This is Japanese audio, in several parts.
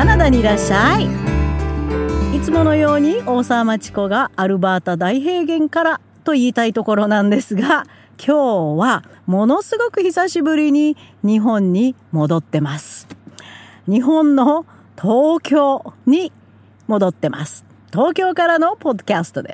カナダにいらっしゃい。いつものように大沢まちこがアルバータ大平原からと言いたいところなんですが、今日はものすごく久しぶりに日本に戻ってます。日本の東京に戻ってます。東京からのポッドキャストです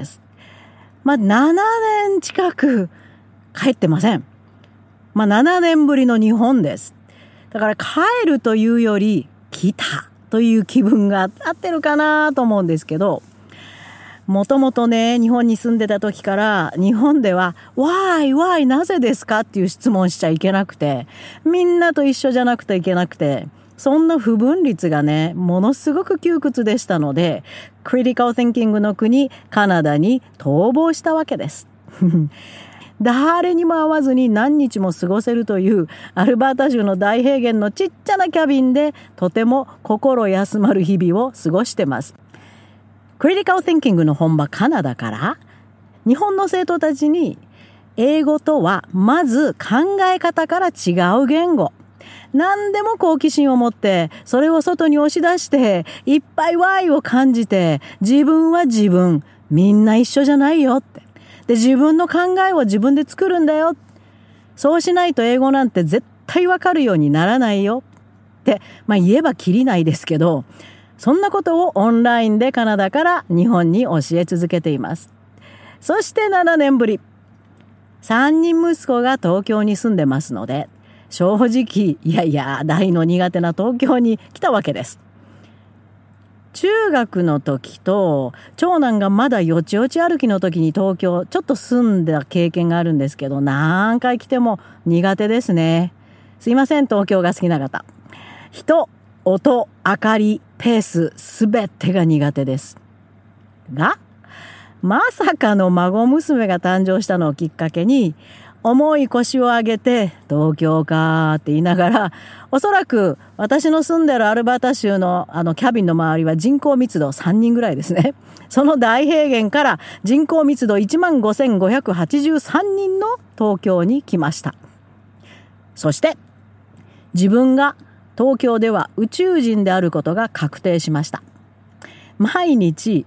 。7年近く帰ってません。7年ぶりの日本です。だから帰るというより来たという気分が合ってるかなと思うんですけど、もともとね、日本に住んでた時から日本では Why なぜですかっていう質問しちゃいけなくて、みんなと一緒じゃなくていけなくて、そんな不分率がね、ものすごく窮屈でしたので、クリティカル・シンキングの国カナダに逃亡したわけです誰にも会わずに何日も過ごせるというアルバータ州の大平原のちっちゃなキャビンでとても心休まる日々を過ごしてます。クリティカル・シンキングの本場カナダから日本の生徒たちに英語とはまず考え方から違う言語。何でも好奇心を持ってそれを外に押し出していっぱい Why を感じて自分は自分、みんな一緒じゃないよって。で、自分の考えを自分で作るんだよ。そうしないと英語なんて絶対わかるようにならないよって、言えばきりないですけど、そんなことをオンラインでカナダから日本に教え続けています。そして7年ぶり、3人息子が東京に住んでますので、正直大の苦手な東京に来たわけです。中学の時と長男がまだよちよち歩きの時に東京ちょっと住んだ経験があるんですけど、何回来ても苦手ですね。すいません、東京が好きな方。人、音、明かり、ペース、すべてが苦手です。が、まさかの孫娘が誕生したのをきっかけに、重い腰を上げて東京かって言いながら、おそらく私の住んでるアルバータ州のキャビンの周りは人口密度3人ぐらいですね。その大平原から人口密度15,583人の東京に来ました。そして自分が東京では宇宙人であることが確定しました。毎日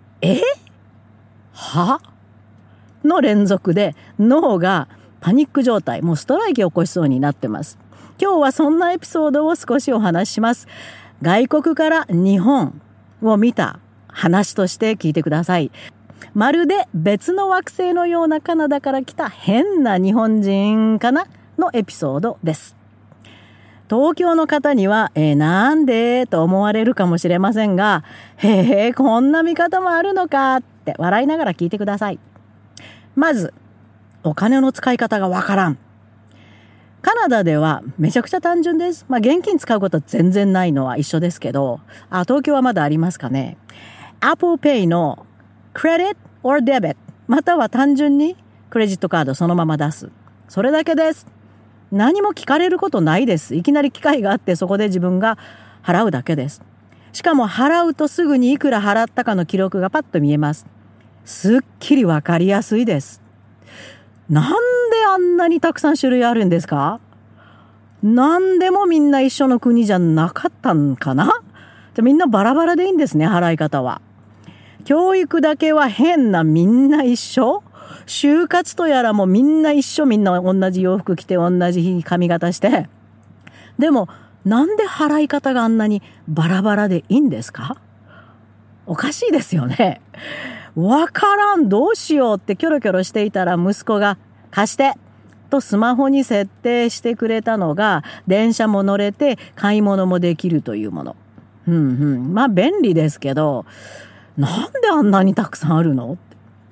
はの連続で脳がパニック状態、もうストライキを起こしそうになってます。今日はそんなエピソードを少しお話しします。外国から日本を見た話として聞いてください。まるで別の惑星のようなカナダから来た変な日本人かなのエピソードです。東京の方にはなんでと思われるかもしれませんが、こんな見方もあるのかって笑いながら聞いてください。まずお金の使い方がわからん。カナダではめちゃくちゃ単純です。現金使うこと全然ないのは一緒ですけど、東京はまだありますかね。Apple Pay の Credit or Debit または単純にクレジットカードそのまま出す。それだけです。何も聞かれることないです。いきなり機械があってそこで自分が払うだけです。しかも払うとすぐにいくら払ったかの記録がパッと見えます。すっきりわかりやすいです。なんであんなにたくさん種類あるんですか？なんでもみんな一緒の国じゃなかったんかな？じゃみんなバラバラでいいんですね、払い方は。教育だけは変なみんな一緒？就活とやらもみんな一緒、みんな同じ洋服着て同じ日に髪型して。でもなんで払い方があんなにバラバラでいいんですか？おかしいですよね。わからん、どうしようってキョロキョロしていたら息子が貸してとスマホに設定してくれたのが電車も乗れて買い物もできるというもの。便利ですけど、なんであんなにたくさんあるの？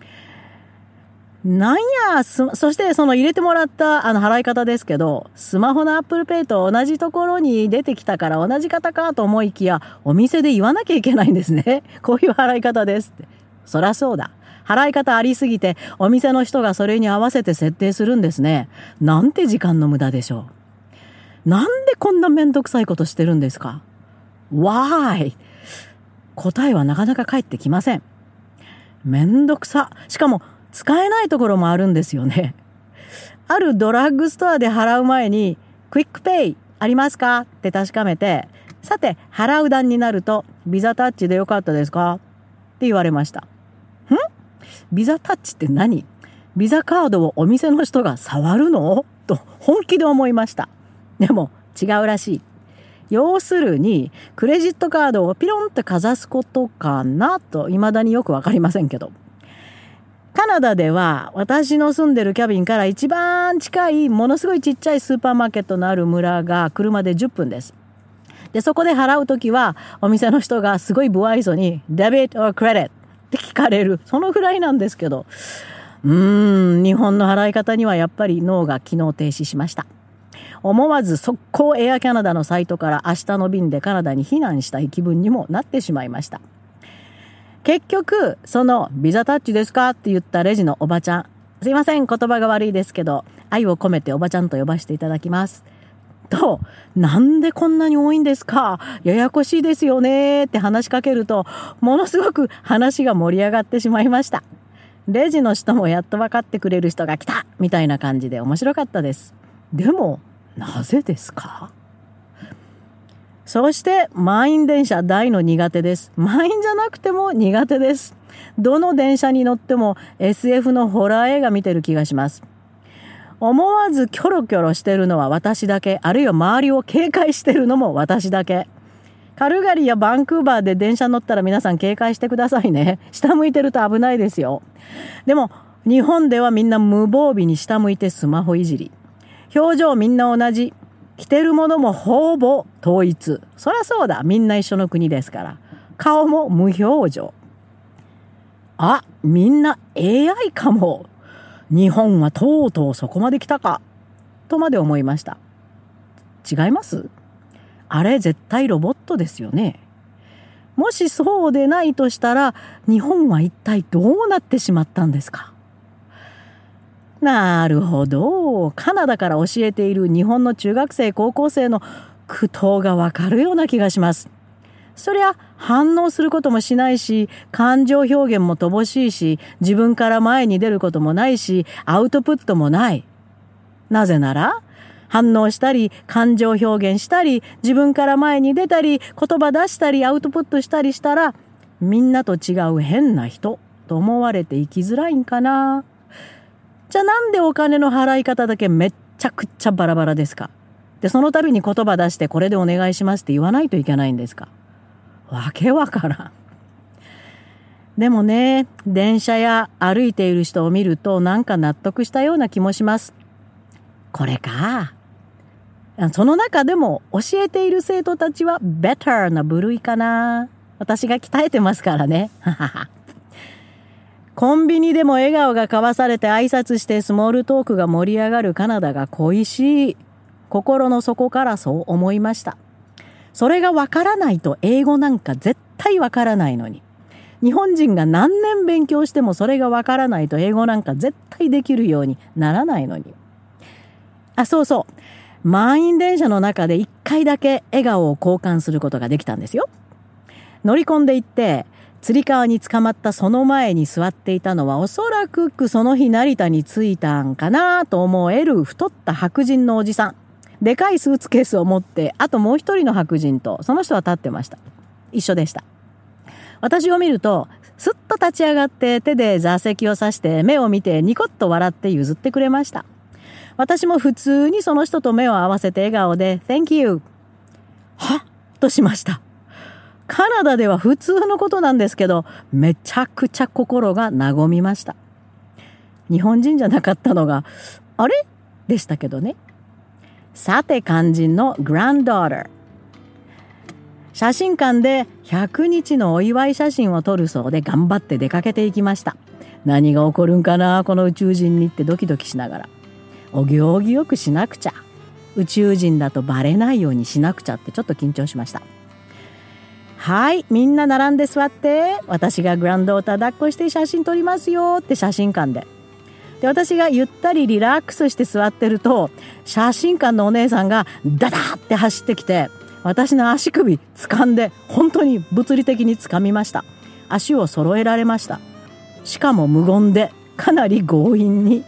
そしてその入れてもらった払い方ですけど、スマホの Apple Pay と同じところに出てきたから同じ方かと思いきや、お店で言わなきゃいけないんですね。こういう払い方ですって。そりゃそうだ。払い方ありすぎてお店の人がそれに合わせて設定するんですね。なんて時間の無駄でしょう。なんでこんなめんどくさいことしてるんですか？ Why？ 答えはなかなか返ってきません。めんどくさ。しかも使えないところもあるんですよね。あるドラッグストアで払う前にクイックペイありますかって確かめて、 さて払う段になると、ビザタッチでよかったですかって言われました。ビザタッチって何？ビザカードをお店の人が触るの？と本気で思いました。でも違うらしい。要するにクレジットカードをピロンとかざすことかなと、未だによくわかりませんけど。カナダでは私の住んでるキャビンから一番近いものすごいちっちゃいスーパーマーケットのある村が車で10分です。でそこで払うときはお店の人がすごい不愛想にデビット or クレディットって聞かれる、そのぐらいなんですけど、日本の払い方にはやっぱり脳が機能停止しました。思わず速攻エアキャナダのサイトから明日の便でカナダに避難したい気分にもなってしまいました。結局そのビザタッチですかって言ったレジのおばちゃん、すいません言葉が悪いですけど愛を込めておばちゃんと呼ばせていただきますと、なんでこんなに多いんですか、ややこしいですよねって話しかけると、ものすごく話が盛り上がってしまいました。レジの人もやっと分かってくれる人が来たみたいな感じで面白かったです。でもなぜですか？そして満員電車大の苦手です。満員じゃなくても苦手です。どの電車に乗っても SF のホラー映画見てる気がします。思わずキョロキョロしてるのは私だけ、あるいは周りを警戒してるのも私だけ。カルガリーやバンクーバーで電車乗ったら皆さん警戒してくださいね。下向いてると危ないですよ。でも日本ではみんな無防備に下向いてスマホいじり。表情みんな同じ。着てるものもほぼ統一。そりゃそうだ、みんな一緒の国ですから。顔も無表情。あ、みんな AI かも。日本はとうとうそこまで来たかとまで思いました。違います？あれ絶対ロボットですよね。もしそうでないとしたら日本は一体どうなってしまったんですか？なるほど。カナダから教えている日本の中学生高校生の苦闘がわかるような気がします。そりゃ反応することもしないし、感情表現も乏しいし、自分から前に出ることもないし、アウトプットもない。なぜなら反応したり感情表現したり自分から前に出たり言葉出したりアウトプットしたりしたら、みんなと違う変な人と思われて生きづらいんかな。じゃあなんでお金の払い方だけめっちゃくちゃバラバラですか？でその度に言葉出してこれでお願いしますって言わないといけないんですか？わけわからん。でもね、電車や歩いている人を見るとなんか納得したような気もします。これか。その中でも教えている生徒たちはベターな部類かな。私が鍛えてますからね。コンビニでも笑顔が交わされて挨拶してスモールトークが盛り上がるカナダが恋しい。心の底からそう思いました。それがわからないと英語なんか絶対わからないのに。日本人が何年勉強してもそれがわからないと英語なんか絶対できるようにならないのに。そうそう。満員電車の中で1回だけ笑顔を交換することができたんですよ。乗り込んでいってつり革に捕まったその前に座っていたのはおそらくその日成田に着いたんかなと思える太った白人のおじさん。でかいスーツケースを持ってあともう一人の白人とその人は立ってました。一緒でした。私を見るとすっと立ち上がって手で座席を指して目を見てニコッと笑って譲ってくれました。私も普通にその人と目を合わせて笑顔で Thank you はっとしました。カナダでは普通のことなんですけどめちゃくちゃ心が和みました。日本人じゃなかったのがあれでしたけどね。さて肝心のグランドダーター、写真館で100日のお祝い写真を撮るそうで頑張って出かけていきました。何が起こるんかなこの宇宙人にってドキドキしながら、お行儀よくしなくちゃ、宇宙人だとバレないようにしなくちゃってちょっと緊張しました。はい、みんな並んで座って、私がグランドダーター抱っこして写真撮りますよって写真館で。で私がゆったりリラックスして座ってると写真館のお姉さんがダダーって走ってきて私の足首掴んで、本当に物理的に掴みました。足を揃えられました。しかも無言でかなり強引に。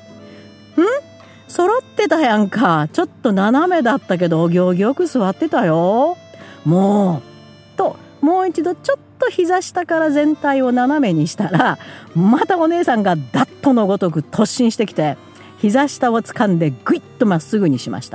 揃ってたやんか。ちょっと斜めだったけどお行儀よく座ってたよ。 もう一度ちょっと膝下から全体を斜めにしたら、またお姉さんがダッとのごとく突進してきて、膝下を掴んでグイッとまっすぐにしました。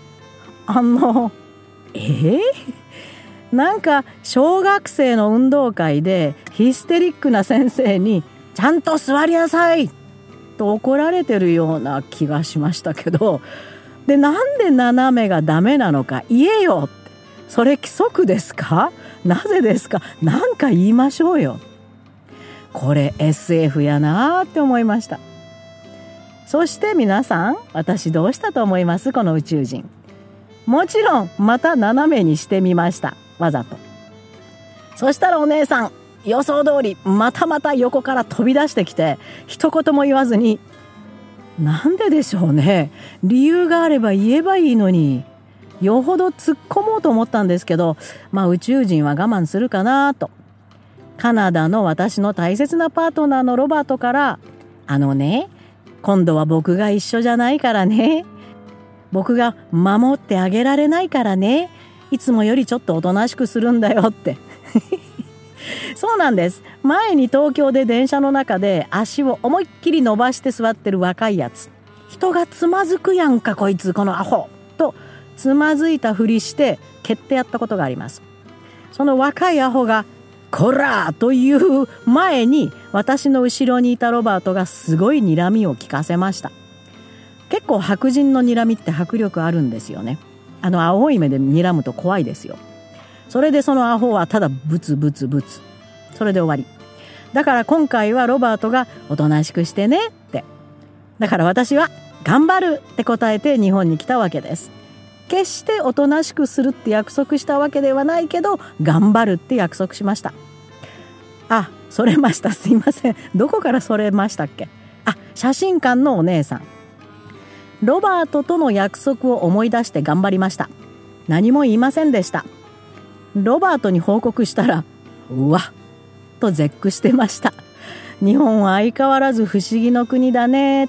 なんか小学生の運動会でヒステリックな先生にちゃんと座りなさいと怒られてるような気がしましたけど、でなんで斜めがダメなのか言えよって、それ規則ですか、なぜですか、なんか言いましょうよ。これ SF やなって思いました。そして皆さん、私どうしたと思います？この宇宙人。もちろんまた斜めにしてみました、わざと。そしたらお姉さん、予想通りまた横から飛び出してきて、一言も言わずに、なんででしょうね、理由があれば言えばいいのに、よほど突っ込もうと思ったんですけど、宇宙人は我慢するかなと。カナダの私の大切なパートナーのロバートから、今度は僕が一緒じゃないからね、僕が守ってあげられないからね、いつもよりちょっとおとなしくするんだよってそうなんです。前に東京で電車の中で足を思いっきり伸ばして座ってる若いやつ、人がつまずくやんかこいつ、このアホとつまずいたふりして蹴ってやったことがあります。その若いアホがこらーという前に、私の後ろにいたロバートがすごい睨みを利かせました。結構白人の睨みって迫力あるんですよね。青い目で睨むと怖いですよ。それでそのアホはただブツブツブツ、それで終わり。だから今回はロバートがおとなしくしてねって、だから私は頑張るって答えて日本に来たわけです。決しておとなしくするって約束したわけではないけど、頑張るって約束しました。それました、すいません、どこからそれましたっけ。写真館のお姉さん、ロバートとの約束を思い出して頑張りました。何も言いませんでした。ロバートに報告したら、うわっと絶句してました。日本は相変わらず不思議の国だねって。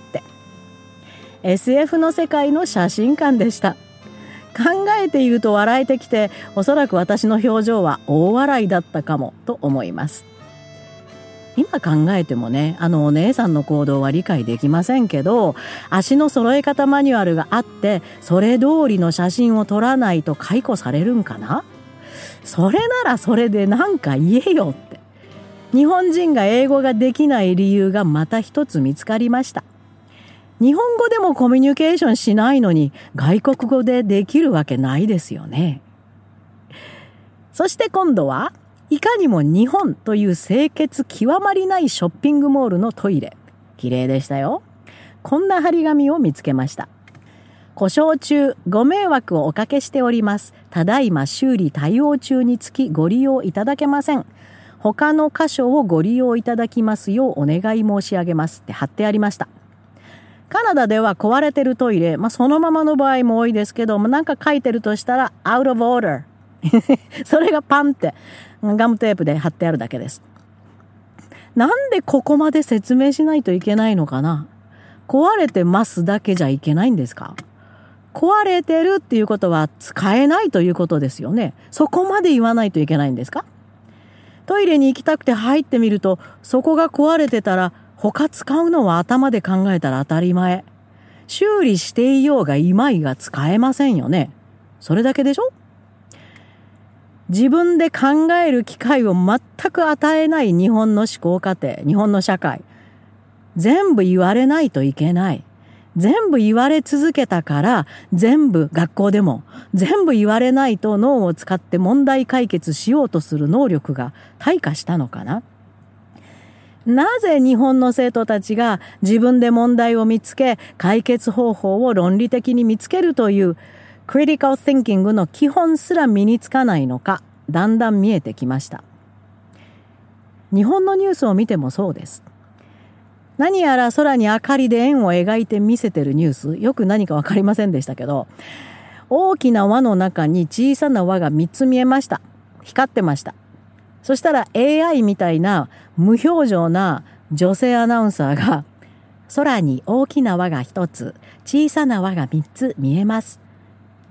SF の世界の写真館でした。考えていると笑えてきて、おそらく私の表情は大笑いだったかもと思います。今考えてもね、お姉さんの行動は理解できませんけど、足の揃え方マニュアルがあって、それ通りの写真を撮らないと解雇されるんかな。それならそれでなんか言えよって。日本人が英語ができない理由がまた一つ見つかりました。日本語でもコミュニケーションしないのに外国語でできるわけないですよね。そして今度はいかにも日本という清潔極まりないショッピングモールのトイレ。綺麗でしたよ。こんな張り紙を見つけました。故障中、ご迷惑をおかけしております。ただいま修理対応中につきご利用いただけません。他の箇所をご利用いただきますようお願い申し上げますって貼ってありました。カナダでは壊れてるトイレ、そのままの場合も多いですけども、なんか書いてるとしたら out of order それがパンってガムテープで貼ってあるだけです。なんでここまで説明しないといけないのかな。壊れてますだけじゃいけないんですか。壊れてるっていうことは使えないということですよね。そこまで言わないといけないんですか。トイレに行きたくて入ってみると、そこが壊れてたら他使うのは頭で考えたら当たり前。修理していようがいまいが使えませんよね。それだけでしょ。自分で考える機会を全く与えない日本の思考過程、日本の社会。全部言われないといけない。全部言われ続けたから、全部学校でも全部言われないと脳を使って問題解決しようとする能力が退化したのかな。なぜ日本の生徒たちが自分で問題を見つけ、解決方法を論理的に見つけるというクリティカル・シンキングの基本すら身につかないのか、だんだん見えてきました。日本のニュースを見てもそうです。何やら空に明かりで円を描いて見せてるニュース、よく何か分かりませんでしたけど、大きな輪の中に小さな輪が3つ見えました。光ってました。そしたら AI みたいな無表情な女性アナウンサーが、空に大きな輪が1つ、小さな輪が3つ見えます。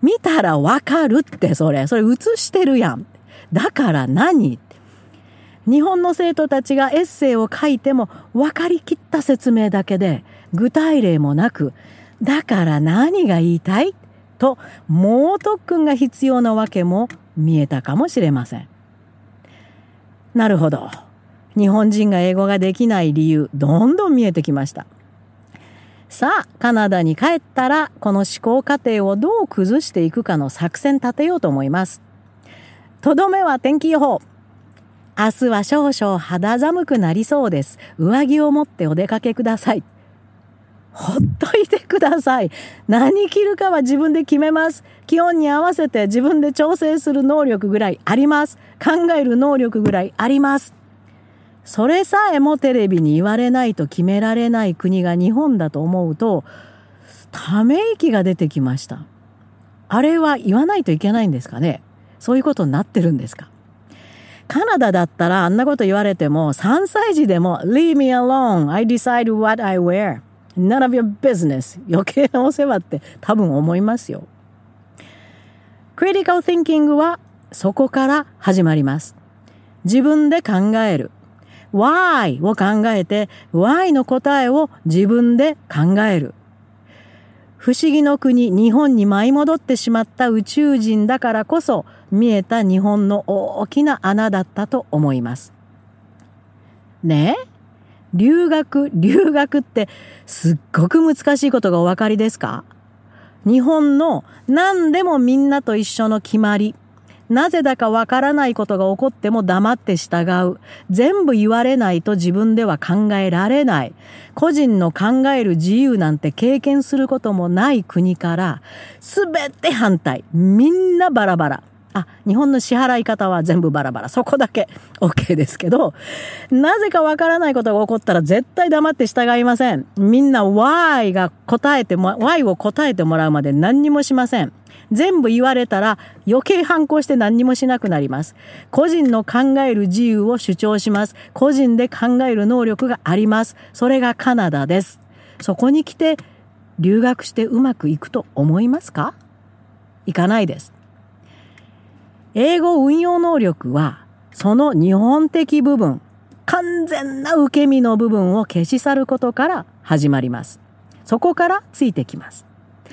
見たらわかるって、それ映してるやん。だから何？日本の生徒たちがエッセイを書いても分かりきった説明だけで具体例もなく、だから何が言いたいと猛特訓が必要なわけも見えたかもしれません。なるほど。日本人が英語ができない理由、どんどん見えてきました。さあ、カナダに帰ったらこの思考過程をどう崩していくかの作戦立てようと思います。とどめは天気予報。明日は少々肌寒くなりそうです。上着を持ってお出かけください。ほっといてください。何着るかは自分で決めます。気温に合わせて自分で調整する能力ぐらいあります。考える能力ぐらいあります。それさえもテレビに言われないと決められない国が日本だと思うと、ため息が出てきました。あれは言わないといけないんですかね。そういうことになってるんですか。カナダだったらあんなこと言われても3歳児でも Leave me alone, I decide what I wear, none of your business 余計なお世話って多分思いますよ。Critical thinking はそこから始まります。自分で考える。Why を考えて Why の答えを自分で考える。不思議の国日本に舞い戻ってしまった宇宙人だからこそ見えた日本の大きな穴だったと思います。ねえ、留学ってすっごく難しいことがお分かりですか？日本の何でもみんなと一緒の決まり、なぜだかわからないことが起こっても黙って従う、全部言われないと自分では考えられない、個人の考える自由なんて経験することもない国からすべて反対、みんなバラバラ。日本の支払い方は全部バラバラ、そこだけ OK ですけど、なぜかわからないことが起こったら絶対黙って従いません。みんな Why を答えてもらうまで何にもしません。全部言われたら余計反抗して何にもしなくなります。個人の考える自由を主張します。個人で考える能力があります。それがカナダです。そこに来て留学してうまくいくと思いますか？いかないです。英語運用能力はその日本的部分、完全な受け身の部分を消し去ることから始まります。そこからついてきます。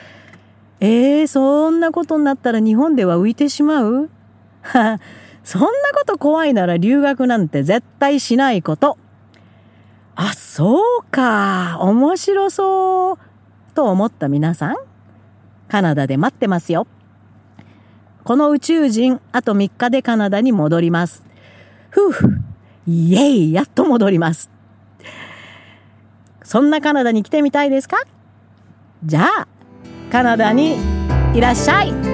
そんなことになったら日本では浮いてしまう？そんなこと怖いなら留学なんて絶対しないこと。そうか、面白そうと思った皆さん、カナダで待ってますよ。この宇宙人、あと3日でカナダに戻ります。イエイ、やっと戻ります。そんなカナダに来てみたいですか？じゃあカナダにいらっしゃい。